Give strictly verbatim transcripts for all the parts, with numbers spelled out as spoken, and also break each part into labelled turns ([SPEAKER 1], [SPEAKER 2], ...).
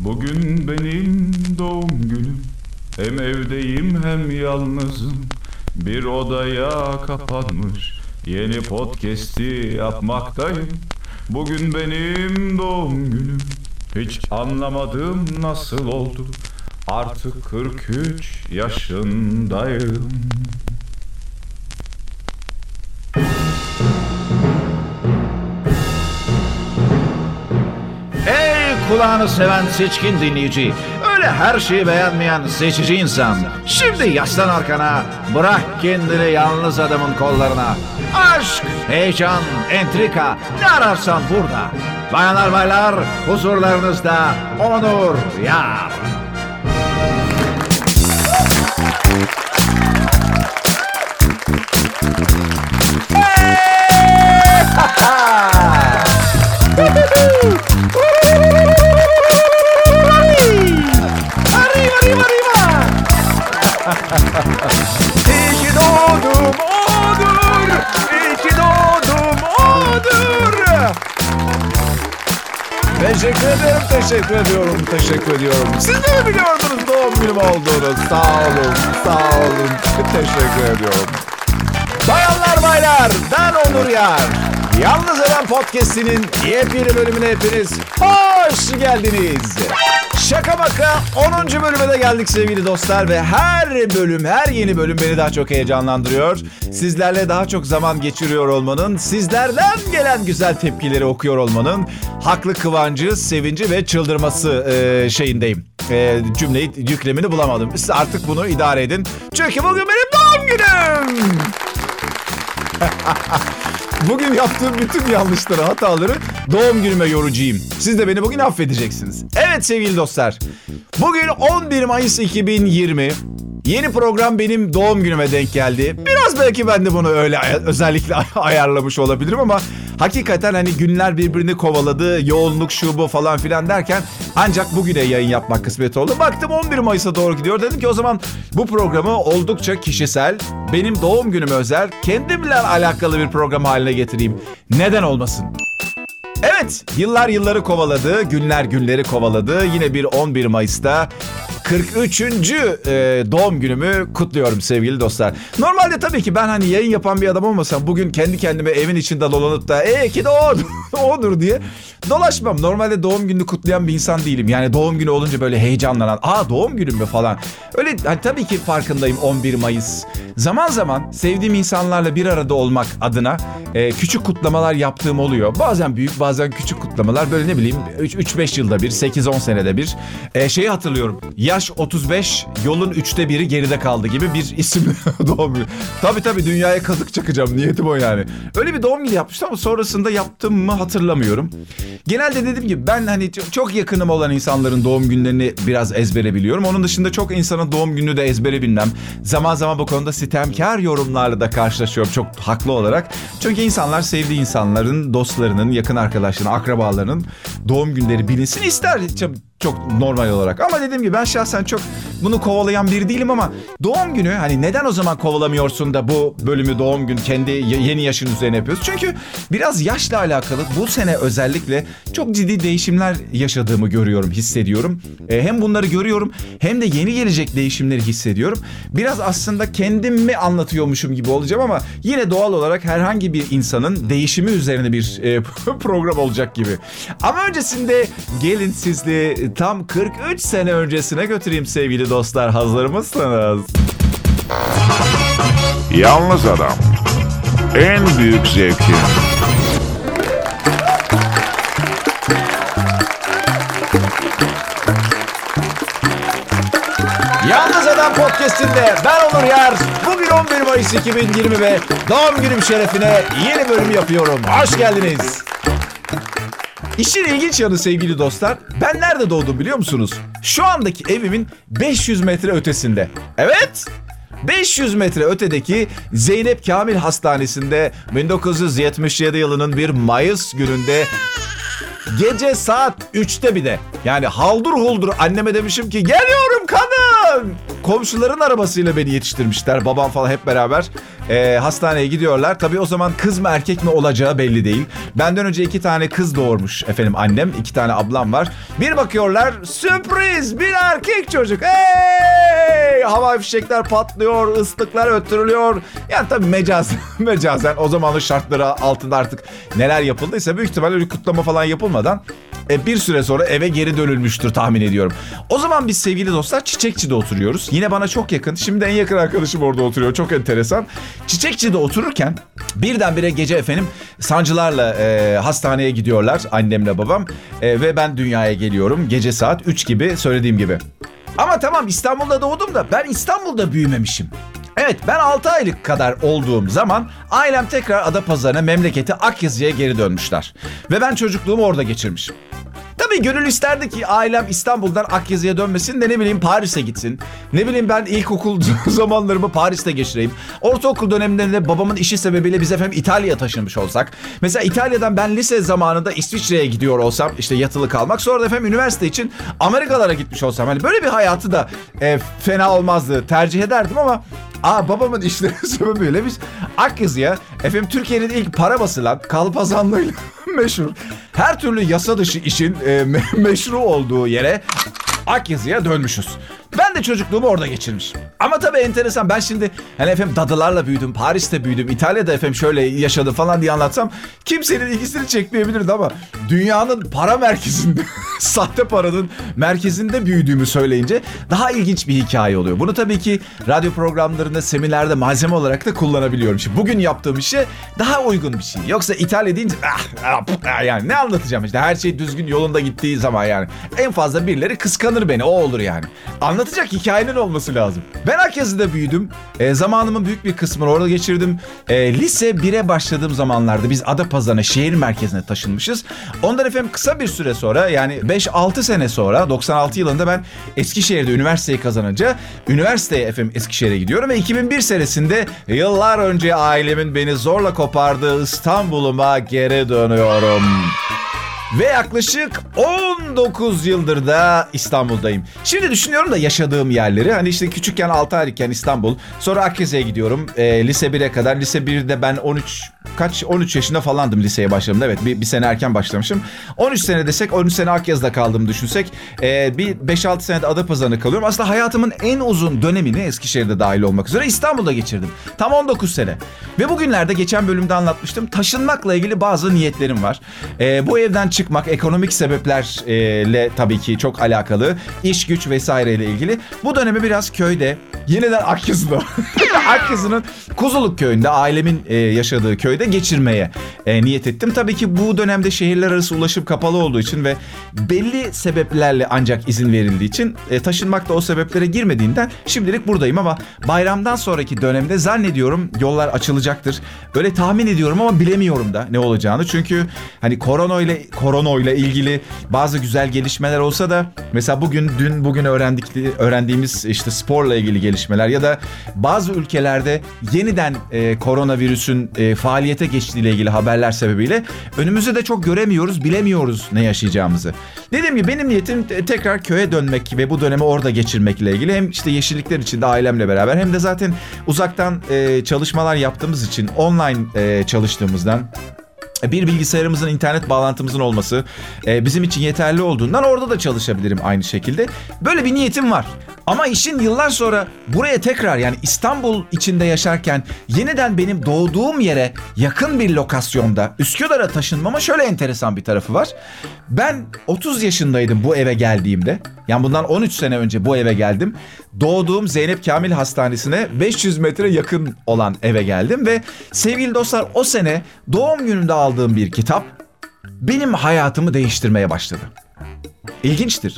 [SPEAKER 1] Bugün benim doğum günüm. Hem evdeyim hem yalnızım. Bir odaya kapanmış yeni podcast'i yapmaktayım. Bugün benim doğum günüm. Hiç anlamadım nasıl oldu. Artık kırk üç yaşındayım.
[SPEAKER 2] Ey kulağını seven seçkin dinleyici, öyle her şeyi beğenmeyen seçici insan. Şimdi yaslan arkana, bırak kendini yalnız adamın kollarına. Aşk, heyecan, entrika, ne ararsan burada. Bayanlar baylar, huzurlarınızda Onur Yar. Arriba, arriba, arriba. İyi ki doğdum Onur. İyi ki doğdum Onur. Teşekkür ederim, teşekkür ediyorum, teşekkür ediyorum. Siz de mi biliyordunuz doğum günüm olduğunu? Sağ olun, sağ olun. Teşekkür ediyorum. Bayanlar baylar, ben Onur Yar. Yalnız Adam Podcast'inin yepyeni bölümüne hepiniz hoş geldiniz. Şaka maka onuncu bölüme de geldik sevgili dostlar ve her bölüm, her yeni bölüm beni daha çok heyecanlandırıyor. Sizlerle daha çok zaman geçiriyor olmanın, sizlerden gelen güzel tepkileri okuyor olmanın haklı kıvancı, sevinci ve çıldırması e, şeyindeyim. E, cümleyi yüklemini bulamadım. Siz artık bunu idare edin. Çünkü bugün benim doğum günüm. Bugün yaptığım bütün yanlışları, hataları doğum günüme yoracağım. Siz de beni bugün affedeceksiniz. Evet sevgili dostlar. Bugün on bir Mayıs iki bin yirmi. Yeni program benim doğum günüme denk geldi. Biraz belki ben de bunu öyle özellikle ayarlamış olabilirim ama hakikaten hani günler birbirini kovaladı, yoğunluk şu bu falan filan derken ancak bugüne yayın yapmak kısmet oldu. Baktım on bir Mayıs'a doğru gidiyor. Dedim ki o zaman bu programı oldukça kişisel, benim doğum günüme özel, kendimle alakalı bir program haline getireyim. Neden olmasın? Evet, yıllar yılları kovaladı, günler günleri kovaladı. Yine bir on bir Mayıs'ta kırk üçüncü E, doğum günümü kutluyorum sevgili dostlar. Normalde tabii ki ben hani yayın yapan bir adam olmasam bugün kendi kendime evin içinde dolanıp da "Ey ki doğdu, odur" diye dolaşmam. Normalde doğum gününü kutlayan bir insan değilim. Yani doğum günü olunca böyle heyecanlanan, "Aa doğum günüm mü?" falan. Öyle hani tabii ki farkındayım on bir Mayıs. Zaman zaman sevdiğim insanlarla bir arada olmak adına e, küçük kutlamalar yaptığım oluyor. Bazen büyük, bazen küçük kutlamalar. Böyle ne bileyim üç beş yılda bir, sekiz on senede bir. E, şeyi hatırlıyorum. Yaş otuz beş, yolun üçte biri geride kaldı gibi bir isim doğum günü. Tabii tabii dünyaya kazık çakacağım. Niyetim o yani. Öyle bir doğum günü yapmıştım ama sonrasında yaptım mı hatırlamıyorum. Genelde dediğim gibi ben hani çok yakınım olan insanların doğum günlerini biraz ezbere biliyorum. Onun dışında çok insanın doğum gününü de ezbere bilmem. Zaman zaman bu konuda sitemkar yorumlarla da karşılaşıyorum çok haklı olarak. Çünkü insanlar sevdiği insanların, dostlarının, yakın arkadaşlarının, akrabalarının doğum günleri bilinsin ister. Çok normal olarak. Ama dediğim gibi ben şahsen çok bunu kovalayan biri değilim ama doğum günü hani neden o zaman kovalamıyorsun da bu bölümü doğum gün kendi yeni yaşın üzerine yapıyoruz? Çünkü biraz yaşla alakalı bu sene özellikle çok ciddi değişimler yaşadığımı görüyorum, hissediyorum. E, hem bunları görüyorum hem de yeni gelecek değişimleri hissediyorum. Biraz aslında kendimi anlatıyormuşum gibi olacağım ama yine doğal olarak herhangi bir insanın değişimi üzerine bir e, program olacak gibi. Ama öncesinde gelin sizle tam kırk üç sene öncesine götüreyim sevgili dostlar. Hazır mısınız?
[SPEAKER 3] Yalnız Adam. En büyük zevkin.
[SPEAKER 2] Yalnız Adam Podcast'inde ben Onur Yar. Bugün on bir Mayıs iki bin yirmi ve doğum günüm şerefine yeni bölüm yapıyorum. Hoş geldiniz. İşin ilginç yanı sevgili dostlar, ben nerede doğdum biliyor musunuz? Şu andaki evimin beş yüz metre ötesinde. Evet, beş yüz metre ötedeki Zeynep Kamil Hastanesi'nde bin dokuz yüz yetmiş yedi yılının bir Mayıs gününde gece saat üçte bir de. Yani haldur huldur anneme demişim ki geliyorum kadın. komşuların arabasıyla beni yetiştirmişler. Babam falan hep beraber e, hastaneye gidiyorlar. Tabii o zaman kız mı erkek mi olacağı belli değil. Benden önce iki tane kız doğurmuş efendim annem. İki tane ablam var. Bir bakıyorlar, sürpriz, bir erkek çocuk. Hey! Havai fişekler patlıyor, ıslıklar öttürülüyor. Yani tabii mecazen, mecazen o zamanın şartları altında artık neler yapıldıysa büyük ihtimalle bir kutlama falan yapılmadan e, bir süre sonra eve geri dönülmüştür tahmin ediyorum. O zaman biz sevgili dostlar Çiçekçi'de oturuyoruz. Yine bana çok yakın. Şimdi en yakın arkadaşım orada oturuyor. Çok enteresan. Çiçekçi'de otururken birdenbire gece efendim sancılarla e, hastaneye gidiyorlar annemle babam. E, ve ben dünyaya geliyorum. Gece saat üç gibi söylediğim gibi. Ama tamam İstanbul'da doğdum da ben İstanbul'da büyümemişim. Evet, ben altı aylık kadar olduğum zaman ailem tekrar Adapazarı'na, memleketi Akyazı'ya geri dönmüşler. Ve ben çocukluğumu orada geçirmişim. Tabii gönül isterdi ki ailem İstanbul'dan Akyazı'ya dönmesin de ne bileyim Paris'e gitsin. Ne bileyim ben ilkokul zamanlarımı Paris'te geçireyim. Ortaokul döneminde de babamın işi sebebiyle biz efendim İtalya'ya taşınmış olsak. Mesela İtalya'dan ben lise zamanında İsviçre'ye gidiyor olsam, işte yatılı kalmak. Sonra da efendim üniversite için Amerikalara gitmiş olsam. Hani böyle bir hayatı da e, fena olmazdı, tercih ederdim ama... Aa, babamın işleri sebebiyle biz Akyazı'ya efendim Türkiye'nin ilk para basılan kalpazanlığıyla meşhur her türlü yasa dışı işin e, me- meşru olduğu yere Akyazı'ya dönmüşüz. Ben de çocukluğumu orada geçirmişim. Ama tabii enteresan, ben şimdi hani efendim dadılarla büyüdüm, Paris'te büyüdüm, İtalya'da efendim şöyle yaşadım falan diye anlatsam kimsenin ilgisini çekmeyebilirdi ama dünyanın para merkezinde, sahte paranın merkezinde büyüdüğümü söyleyince daha ilginç bir hikaye oluyor. Bunu tabii ki radyo programlarında, seminerde malzeme olarak da kullanabiliyorum. Şimdi bugün yaptığım işe daha uygun bir şey. Yoksa İtalya deyince ah, ah, ah, yani ne anlatacağım işte, her şey düzgün yolunda gittiği zaman yani. En fazla birileri kıskanır beni, o olur yani. Anlatacak hikayenin olması lazım. Ben Akyazı'da büyüdüm. E, zamanımın büyük bir kısmını orada geçirdim. E, lise bire başladığım zamanlarda biz Adapazarı'na, şehir merkezine taşınmışız. Ondan efendim kısa bir süre sonra, yani beş altı sene sonra, doksan altı yılında ben Eskişehir'de üniversiteyi kazanınca üniversiteye efendim Eskişehir'e gidiyorum ve iki bin bir senesinde yıllar önce ailemin beni zorla kopardığı İstanbul'uma geri dönüyorum. Ve yaklaşık on dokuz yıldır da İstanbul'dayım. Şimdi düşünüyorum da yaşadığım yerleri. Hani işte küçükken altı aylıkken İstanbul. Sonra Akyazı'ya gidiyorum. E, lise bire kadar. Lise birde ben on üç kaç on üç yaşında falandım liseye başladığımda. Evet, bir, bir sene erken başlamışım. on üç sene desek, on üç sene Akyazı'da kaldığımı düşünsek. E, bir beş altı senede Adapazarı'nda kalıyorum. Aslında hayatımın en uzun dönemini, Eskişehir'de dahil olmak üzere, İstanbul'da geçirdim. Tam on dokuz sene. Ve bugünlerde geçen bölümde anlatmıştım. Taşınmakla ilgili bazı niyetlerim var. E, bu evden çıkmak ekonomik sebeplerle tabii ki çok alakalı. İş güç vesaireyle ilgili. Bu dönemi biraz köyde, yeniden Akyazı'da, Akyazı'nın Kuzuluk köyünde, ailemin e, yaşadığı köyde geçirmeye e, niyet ettim. Tabii ki bu dönemde şehirler arası ulaşım kapalı olduğu için ve belli sebeplerle ancak izin verildiği için e, taşınmak da o sebeplere girmediğinden şimdilik buradayım ama bayramdan sonraki dönemde zannediyorum yollar açılacaktır. Öyle tahmin ediyorum ama bilemiyorum da ne olacağını. Çünkü hani korona ile korona ile ilgili bazı güzel gelişmeler olsa da mesela bugün dün bugün öğrendik öğrendiğimiz işte sporla ilgili gelişmeler ya da bazı ülkelerde yeniden e, koronavirüsün e, faaliyete geçtiğiyle ilgili haberler sebebiyle önümüzde de çok göremiyoruz, bilemiyoruz ne yaşayacağımızı. Dediğim gibi benim niyetim tekrar köye dönmek ve bu dönemi orada geçirmekle ilgili. Hem işte yeşillikler içinde ailemle beraber hem de zaten uzaktan e, çalışmalar yaptığımız için, online e, çalıştığımızdan, bir bilgisayarımızın, internet bağlantımızın olması e, bizim için yeterli olduğundan orada da çalışabilirim aynı şekilde. Böyle bir niyetim var. Ama işin yıllar sonra buraya tekrar, yani İstanbul içinde yaşarken yeniden benim doğduğum yere yakın bir lokasyonda Üsküdar'a taşınmama şöyle enteresan bir tarafı var. Ben otuz yaşındaydım bu eve geldiğimde. Yani bundan on üç sene önce bu eve geldim. Doğduğum Zeynep Kamil Hastanesi'ne beş yüz metre yakın olan eve geldim ve sevgili dostlar, o sene doğum günümde aldığım bir kitap benim hayatımı değiştirmeye başladı. İlginçtir.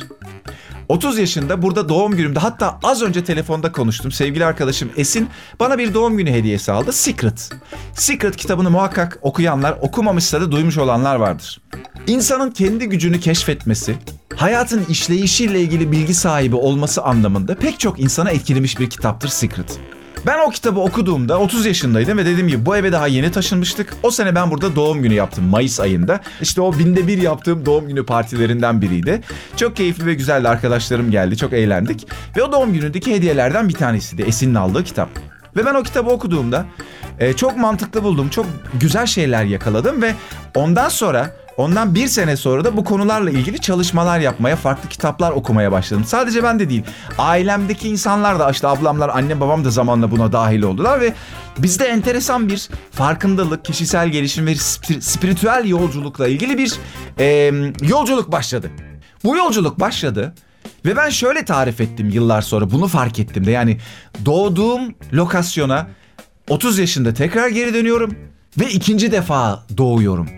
[SPEAKER 2] otuz yaşında burada doğum günümde, hatta az önce telefonda konuştum. Sevgili arkadaşım Esin bana bir doğum günü hediyesi aldı. Secret. Secret kitabını muhakkak okuyanlar, okumamışsa da duymuş olanlar vardır. İnsanın kendi gücünü keşfetmesi, hayatın işleyişiyle ilgili bilgi sahibi olması anlamında pek çok insana etkilemiş bir kitaptır Secret. Ben o kitabı okuduğumda otuz yaşındaydım ve dediğim gibi bu eve daha yeni taşınmıştık. O sene ben burada doğum günü yaptım Mayıs ayında. İşte o binde bir yaptığım doğum günü partilerinden biriydi. Çok keyifli ve güzeldi, arkadaşlarım geldi, çok eğlendik. Ve o doğum günündeki hediyelerden bir tanesiydi Esin'in aldığı kitap. Ve ben o kitabı okuduğumda e, çok mantıklı buldum, çok güzel şeyler yakaladım ve ondan sonra... Ondan bir sene sonra da bu konularla ilgili çalışmalar yapmaya, farklı kitaplar okumaya başladım. Sadece ben de değil, ailemdeki insanlar da, işte ablamlar, annem, babam da zamanla buna dahil oldular ve bizde enteresan bir farkındalık, kişisel gelişim ve spiritüel yolculukla ilgili bir e, yolculuk başladı. Bu yolculuk başladı ve ben şöyle tarif ettim yıllar sonra, bunu fark ettim de, yani doğduğum lokasyona otuz yaşında tekrar geri dönüyorum ve ikinci defa doğuyorum.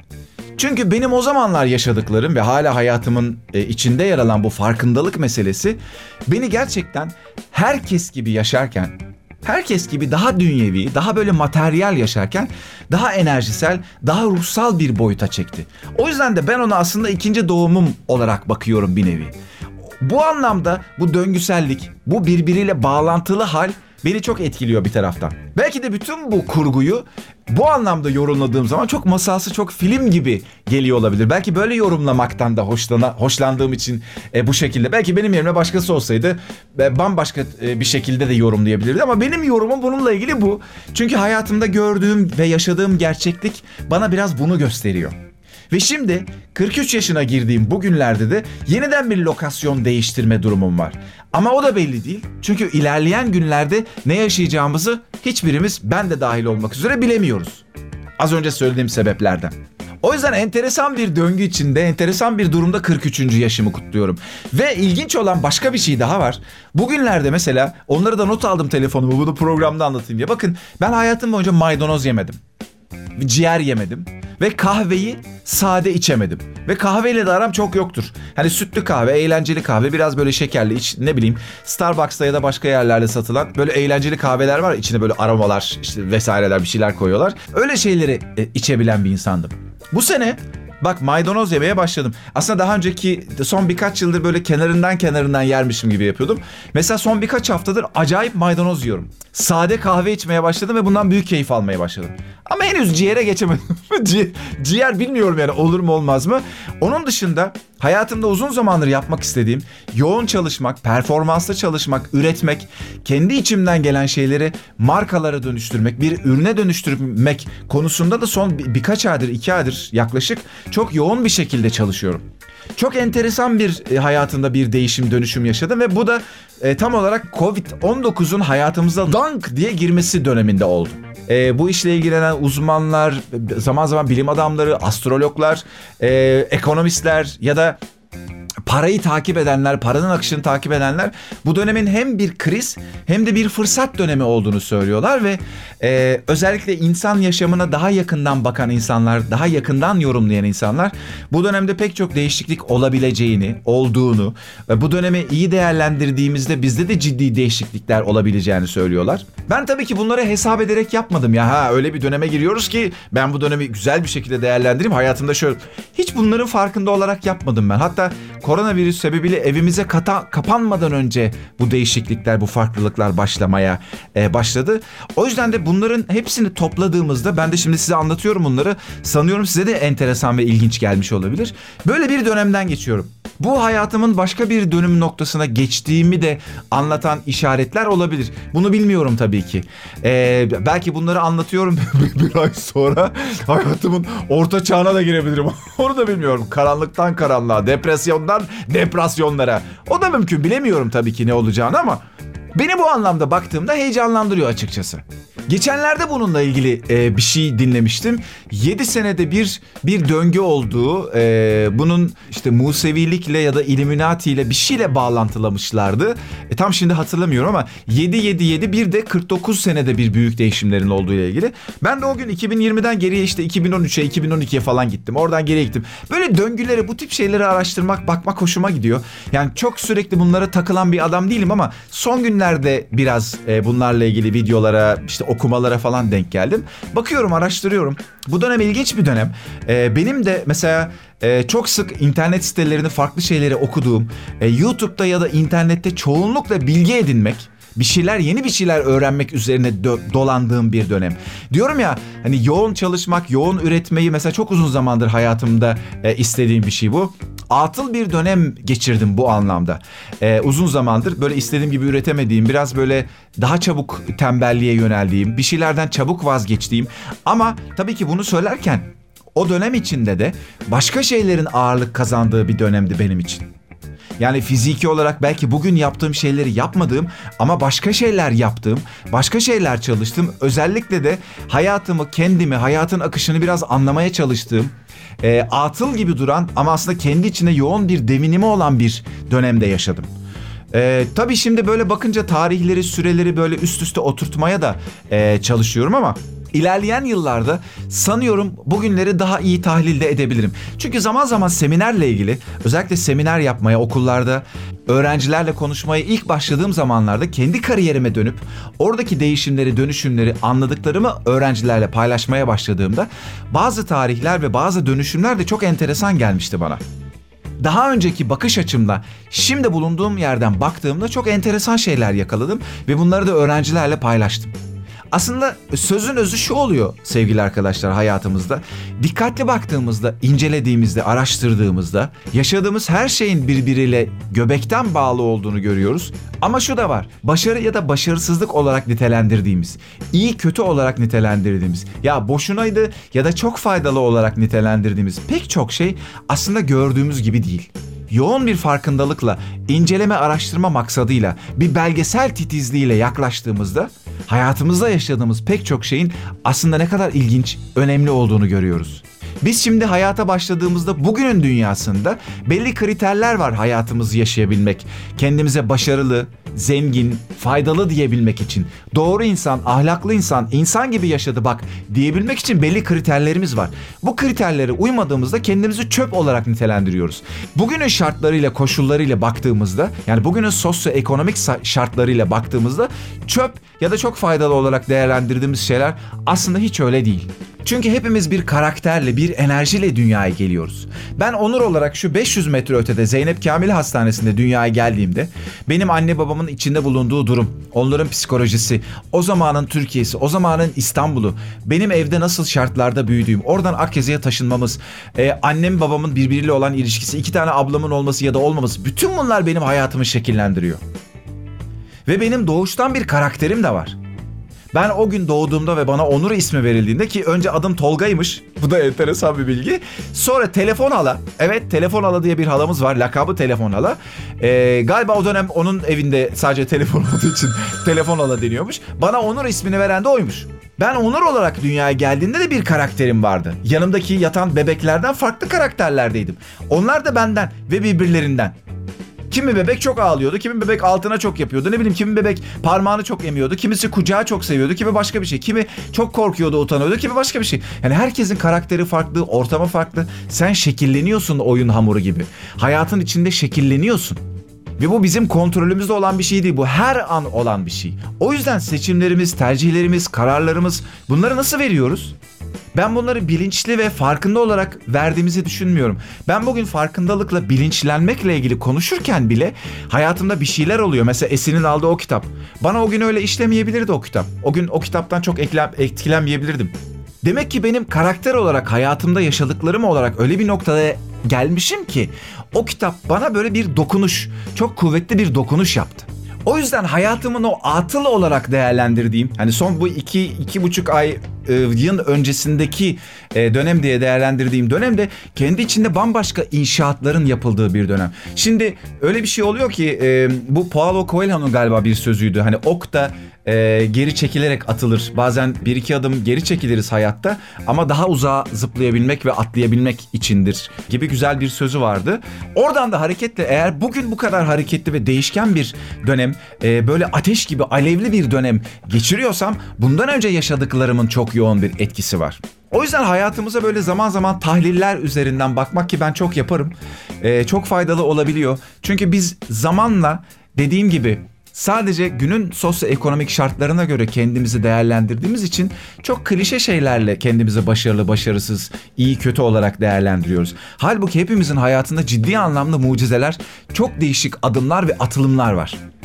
[SPEAKER 2] Çünkü benim o zamanlar yaşadıklarım ve hala hayatımın içinde yer alan bu farkındalık meselesi beni gerçekten herkes gibi yaşarken, herkes gibi daha dünyevi, daha böyle materyal yaşarken daha enerjisel, daha ruhsal bir boyuta çekti. O yüzden de ben ona aslında ikinci doğumum olarak bakıyorum bir nevi. Bu anlamda bu döngüsellik, bu birbiriyle bağlantılı hal beni çok etkiliyor bir taraftan. Belki de bütün bu kurguyu bu anlamda yorumladığım zaman çok masalsı, çok film gibi geliyor olabilir. Belki böyle yorumlamaktan da hoşlana, hoşlandığım için e, bu şekilde. Belki benim yerimde başkası olsaydı e, bambaşka e, bir şekilde de yorumlayabilirdi. Ama benim yorumum bununla ilgili bu. Çünkü hayatımda gördüğüm ve yaşadığım gerçeklik bana biraz bunu gösteriyor. Ve şimdi kırk üç yaşına girdiğim bu günlerde de yeniden bir lokasyon değiştirme durumum var. Ama o da belli değil. Çünkü ilerleyen günlerde ne yaşayacağımızı hiçbirimiz, ben de dahil olmak üzere, bilemiyoruz. Az önce söylediğim sebeplerden. O yüzden enteresan bir döngü içinde, enteresan bir durumda kırk üçüncü yaşımı kutluyorum. Ve ilginç olan başka bir şey daha var. Bugünlerde mesela, onları da not aldım telefonumu, bunu programda anlatayım diye. Bakın, ben hayatım boyunca maydanoz yemedim. Ciğer yemedim. Ve kahveyi sade içemedim. Ve kahveyle de aram çok yoktur. Hani sütlü kahve, eğlenceli kahve, biraz böyle şekerli, iç, ne bileyim Starbucks'ta ya da başka yerlerde satılan böyle eğlenceli kahveler var. İçine böyle aromalar, işte vesaireler, bir şeyler koyuyorlar. Öyle şeyleri e, içebilen bir insandım. Bu sene bak maydanoz yemeye başladım. Aslında daha önceki son birkaç yıldır böyle kenarından kenarından yermişim gibi yapıyordum. Mesela son birkaç haftadır acayip maydanoz yiyorum. Sade kahve içmeye başladım ve bundan büyük keyif almaya başladım. Ama henüz ciğere geçemedim. Ci- ciğer bilmiyorum yani, olur mu olmaz mı? Onun dışında hayatımda uzun zamandır yapmak istediğim yoğun çalışmak, performanslı çalışmak, üretmek, kendi içimden gelen şeyleri markalara dönüştürmek, bir ürüne dönüştürmek konusunda da son bir, birkaç aydır, iki aydır yaklaşık çok yoğun bir şekilde çalışıyorum. Çok enteresan bir e, hayatımda bir değişim, dönüşüm yaşadım ve bu da e, tam olarak kovid on dokuzun hayatımıza dank diye girmesi döneminde oldu. E, bu işle ilgilenen uzmanlar, zaman zaman bilim adamları, astrologlar, e, ekonomistler ya da parayı takip edenler, paranın akışını takip edenler bu dönemin hem bir kriz hem de bir fırsat dönemi olduğunu söylüyorlar ve e, özellikle insan yaşamına daha yakından bakan insanlar, daha yakından yorumlayan insanlar bu dönemde pek çok değişiklik olabileceğini, olduğunu ve bu dönemi iyi değerlendirdiğimizde bizde de ciddi değişiklikler olabileceğini söylüyorlar. Ben tabii ki bunları hesap ederek yapmadım ya, ha öyle bir döneme giriyoruz ki ben bu dönemi güzel bir şekilde değerlendireyim, hayatımda şöyle, hiç bunların farkında olarak yapmadım ben. Hatta koronavirüs sebebiyle evimize kata, kapanmadan önce bu değişiklikler, bu farklılıklar başlamaya e, başladı. O yüzden de bunların hepsini topladığımızda, ben de şimdi size anlatıyorum bunları, sanıyorum size de enteresan ve ilginç gelmiş olabilir. Böyle bir dönemden geçiyorum. Bu hayatımın başka bir dönüm noktasına geçtiğimi de anlatan işaretler olabilir. Bunu bilmiyorum tabii ki. Ee, belki bunları anlatıyorum bir ay sonra hayatımın orta çağına da girebilirim. Onu da bilmiyorum. Karanlıktan karanlığa, depresyondan depresyonlara. O da mümkün. Bilemiyorum tabii ki ne olacağını ama beni bu anlamda baktığımda heyecanlandırıyor açıkçası. Geçenlerde bununla ilgili e, bir şey dinlemiştim. yedi senede bir bir döngü olduğu, e, bunun işte Musevilikle ya da Illuminati ile bir şeyle bağlantılamışlardı. E, tam şimdi hatırlamıyorum ama yedi yedi yedi bir de kırk dokuz senede bir büyük değişimlerin olduğu ile ilgili. Ben de o gün iki bin yirmiden geriye işte iki bin on üçe, iki bin on ikiye falan gittim. Oradan geriye gittim. Böyle döngüleri, bu tip şeyleri araştırmak, bakmak hoşuma gidiyor. Yani çok sürekli bunlara takılan bir adam değilim ama son günlerde biraz e, bunlarla ilgili videolara, işte okumalara falan denk geldim. Bakıyorum, araştırıyorum. Bu dönem ilginç bir dönem. Ee, benim de mesela e, çok sık internet sitelerini, farklı şeyleri okuduğum, e, YouTube'da ya da internette çoğunlukla bilgi edinmek, Bir şeyler, yeni bir şeyler öğrenmek üzerine dö- dolandığım bir dönem. Diyorum ya, hani yoğun çalışmak, yoğun üretmeyi mesela çok uzun zamandır hayatımda e, istediğim bir şey bu. Atıl bir dönem geçirdim bu anlamda. Ee, uzun zamandır böyle istediğim gibi üretemediğim, biraz böyle daha çabuk tembelliğe yöneldiğim, bir şeylerden çabuk vazgeçtiğim. Ama tabii ki bunu söylerken o dönem içinde de başka şeylerin ağırlık kazandığı bir dönemdi benim için. Yani fiziki olarak belki bugün yaptığım şeyleri yapmadığım ama başka şeyler yaptığım, başka şeyler çalıştığım, özellikle de hayatımı, kendimi, hayatın akışını biraz anlamaya çalıştığım, e, atıl gibi duran ama aslında kendi içinde yoğun bir devinimi olan bir dönemde yaşadım. Ee, tabii şimdi böyle bakınca tarihleri, süreleri böyle üst üste oturtmaya da e, çalışıyorum ama ilerleyen yıllarda sanıyorum bugünleri daha iyi tahlilde edebilirim. Çünkü zaman zaman seminerle ilgili, özellikle seminer yapmaya okullarda öğrencilerle konuşmaya ilk başladığım zamanlarda kendi kariyerime dönüp oradaki değişimleri, dönüşümleri, anladıklarımı öğrencilerle paylaşmaya başladığımda bazı tarihler ve bazı dönüşümler de çok enteresan gelmişti bana. Daha önceki bakış açımla şimdi bulunduğum yerden baktığımda çok enteresan şeyler yakaladım ve bunları da öğrencilerle paylaştım. Aslında sözün özü şu oluyor sevgili arkadaşlar hayatımızda. Dikkatli baktığımızda, incelediğimizde, araştırdığımızda yaşadığımız her şeyin birbiriyle göbekten bağlı olduğunu görüyoruz. Ama şu da var, başarı ya da başarısızlık olarak nitelendirdiğimiz, iyi kötü olarak nitelendirdiğimiz, ya boşunaydı ya da çok faydalı olarak nitelendirdiğimiz pek çok şey aslında gördüğümüz gibi değil. Yoğun bir farkındalıkla, inceleme araştırma maksadıyla, bir belgesel titizliğiyle yaklaştığımızda hayatımızda yaşadığımız pek çok şeyin aslında ne kadar ilginç, önemli olduğunu görüyoruz. Biz şimdi hayata başladığımızda bugünün dünyasında belli kriterler var hayatımızı yaşayabilmek, kendimize başarılı, zengin, faydalı diyebilmek için. Doğru insan, ahlaklı insan, insan gibi yaşadı bak diyebilmek için belli kriterlerimiz var. Bu kriterlere uymadığımızda kendimizi çöp olarak nitelendiriyoruz. Bugünün şartlarıyla, koşullarıyla baktığımızda, yani bugünün sosyoekonomik şartlarıyla baktığımızda çöp ya da çok faydalı olarak değerlendirdiğimiz şeyler aslında hiç öyle değil. Çünkü hepimiz bir karakterle, bir enerjiyle dünyaya geliyoruz. Ben Onur olarak şu beş yüz metre ötede Zeynep Kamil Hastanesi'nde dünyaya geldiğimde benim anne babamın içinde bulunduğu durum, onların psikolojisi, o zamanın Türkiye'si, o zamanın İstanbul'u, benim evde nasıl şartlarda büyüdüğüm, oradan Akyazı'ya taşınmamız, e, annem babamın birbiriyle olan ilişkisi, iki tane ablamın olması ya da olmaması, bütün bunlar benim hayatımı şekillendiriyor. Ve benim doğuştan bir karakterim de var. Ben o gün doğduğumda ve bana Onur ismi verildiğinde, ki önce adım Tolga'ymış. Bu da enteresan bir bilgi. Sonra Telefon Hala. Evet, Telefon Hala diye bir halamız var. Lakabı Telefon Hala. Ee, galiba o dönem onun evinde sadece telefon olduğu için Telefon Hala deniyormuş. Bana Onur ismini veren de oymuş. Ben Onur olarak dünyaya geldiğimde de bir karakterim vardı. Yanımdaki yatan bebeklerden farklı karakterlerdeydim. Onlar da benden ve birbirlerinden. Kimi bebek çok ağlıyordu, kimi bebek altına çok yapıyordu. Ne bileyim, kimi bebek parmağını çok emiyordu, kimisi kucağı çok seviyordu, kimi başka bir şey. Kimi çok korkuyordu, utanıyordu, kimi başka bir şey. Yani herkesin karakteri farklı, ortamı farklı. Sen şekilleniyorsun oyun hamuru gibi. Hayatın içinde şekilleniyorsun. Ve bu bizim kontrolümüzde olan bir şey değil. Bu her an olan bir şey. O yüzden seçimlerimiz, tercihlerimiz, kararlarımız, bunları nasıl veriyoruz? Ben bunları bilinçli ve farkında olarak verdiğimizi düşünmüyorum. Ben bugün farkındalıkla, bilinçlenmekle ilgili konuşurken bile hayatımda bir şeyler oluyor. Mesela Esin'in aldığı o kitap. Bana o gün öyle işlemeyebilirdi o kitap. O gün o kitaptan çok etkilenmeyebilirdim. Demek ki benim karakter olarak, hayatımda yaşadıklarım olarak öyle bir noktada gelmişim ki o kitap bana böyle bir dokunuş, çok kuvvetli bir dokunuş yaptı. O yüzden hayatımın o atıl olarak değerlendirdiğim, hani son bu iki, iki buçuk ay e, yıl öncesindeki e, dönem diye değerlendirdiğim dönemde kendi içinde bambaşka inşaatların yapıldığı bir dönem. Şimdi öyle bir şey oluyor ki e, bu Paulo Coelho'nun galiba bir sözüydü. Hani ok da e, geri çekilerek atılır. Bazen bir iki adım geri çekiliriz hayatta ama daha uzağa zıplayabilmek ve atlayabilmek içindir gibi güzel bir sözü vardı. Oradan da hareketle, eğer bugün bu kadar hareketli ve değişken bir dönem, e, böyle ateş gibi alevli bir dönem geçiriyorsam bundan önce yaşadıklarımın çok yoğun bir etkisi var. O yüzden hayatımıza böyle zaman zaman tahliller üzerinden bakmak, ki ben çok yaparım, e, çok faydalı olabiliyor. Çünkü biz zamanla, dediğim gibi, sadece günün sosyoekonomik şartlarına göre kendimizi değerlendirdiğimiz için çok klişe şeylerle kendimizi başarılı, başarısız, iyi, kötü olarak değerlendiriyoruz. Halbuki hepimizin hayatında ciddi anlamda mucizeler, çok değişik adımlar ve atılımlar var.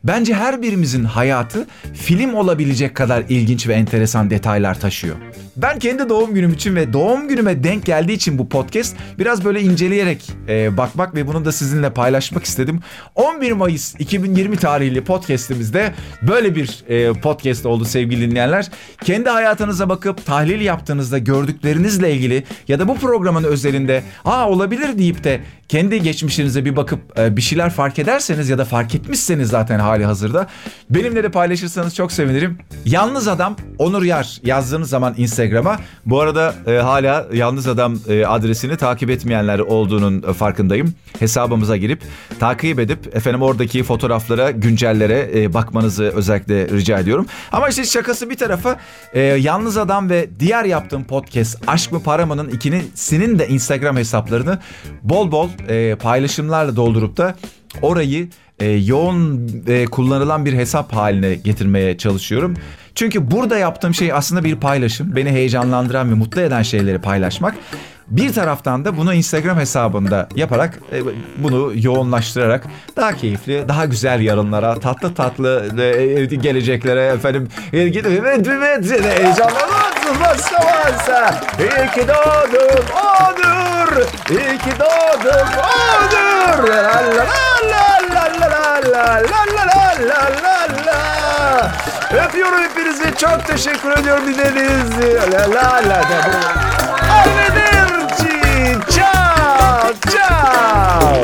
[SPEAKER 2] Bence her birimizin hayatı film olabilecek kadar ilginç ve enteresan detaylar taşıyor. Ben kendi doğum günüm için ve doğum günüme denk geldiği için bu podcast biraz böyle inceleyerek e, bakmak ve bunu da sizinle paylaşmak istedim. on bir Mayıs iki bin yirmi tarihli podcastimizde böyle bir e, podcast oldu sevgili dinleyenler. Kendi hayatınıza bakıp tahlil yaptığınızda gördüklerinizle ilgili ya da bu programın özelinde aa olabilir deyip de kendi geçmişinize bir bakıp e, bir şeyler fark ederseniz ya da fark etmişseniz zaten hali hazırda benimle de paylaşırsanız çok sevinirim. Yalnız Adam Onur Yar yazdığınız zaman Instagram'a, bu arada e, hala Yalnız Adam e, adresini takip etmeyenler olduğunun e, farkındayım. Hesabımıza girip takip edip efendim oradaki fotoğraflara, güncellere e, bakmanızı özellikle rica ediyorum. Ama işte şakası bir tarafa, e, Yalnız Adam ve diğer yaptığım podcast Aşk mı Para mı'nın ikinisinin de Instagram hesaplarını bol bol e, paylaşımlarla doldurup da orayı e, yoğun e, kullanılan bir hesap haline getirmeye çalışıyorum. Çünkü burada yaptığım şey aslında bir paylaşım. Beni heyecanlandıran ve mutlu eden şeyleri paylaşmak. Bir taraftan da bunu Instagram hesabında yaparak, e, bunu yoğunlaştırarak daha keyifli, daha güzel yarınlara, tatlı tatlı e, geleceklere efendim e, gidip evet evet heyecanlanırsın varsa varsa. İyi ki doğdum Onur, iyi ki doğdum Onur. La la la la la la la la la la la. Öpüyorum hepinizi, çok teşekkür ediyorum dinlediğiniz. La la la. Arrivederci. Ciao, ciao.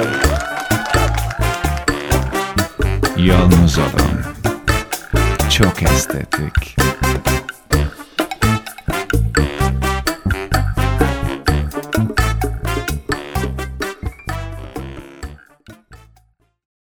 [SPEAKER 1] Yalnız Adam. Çok estetik.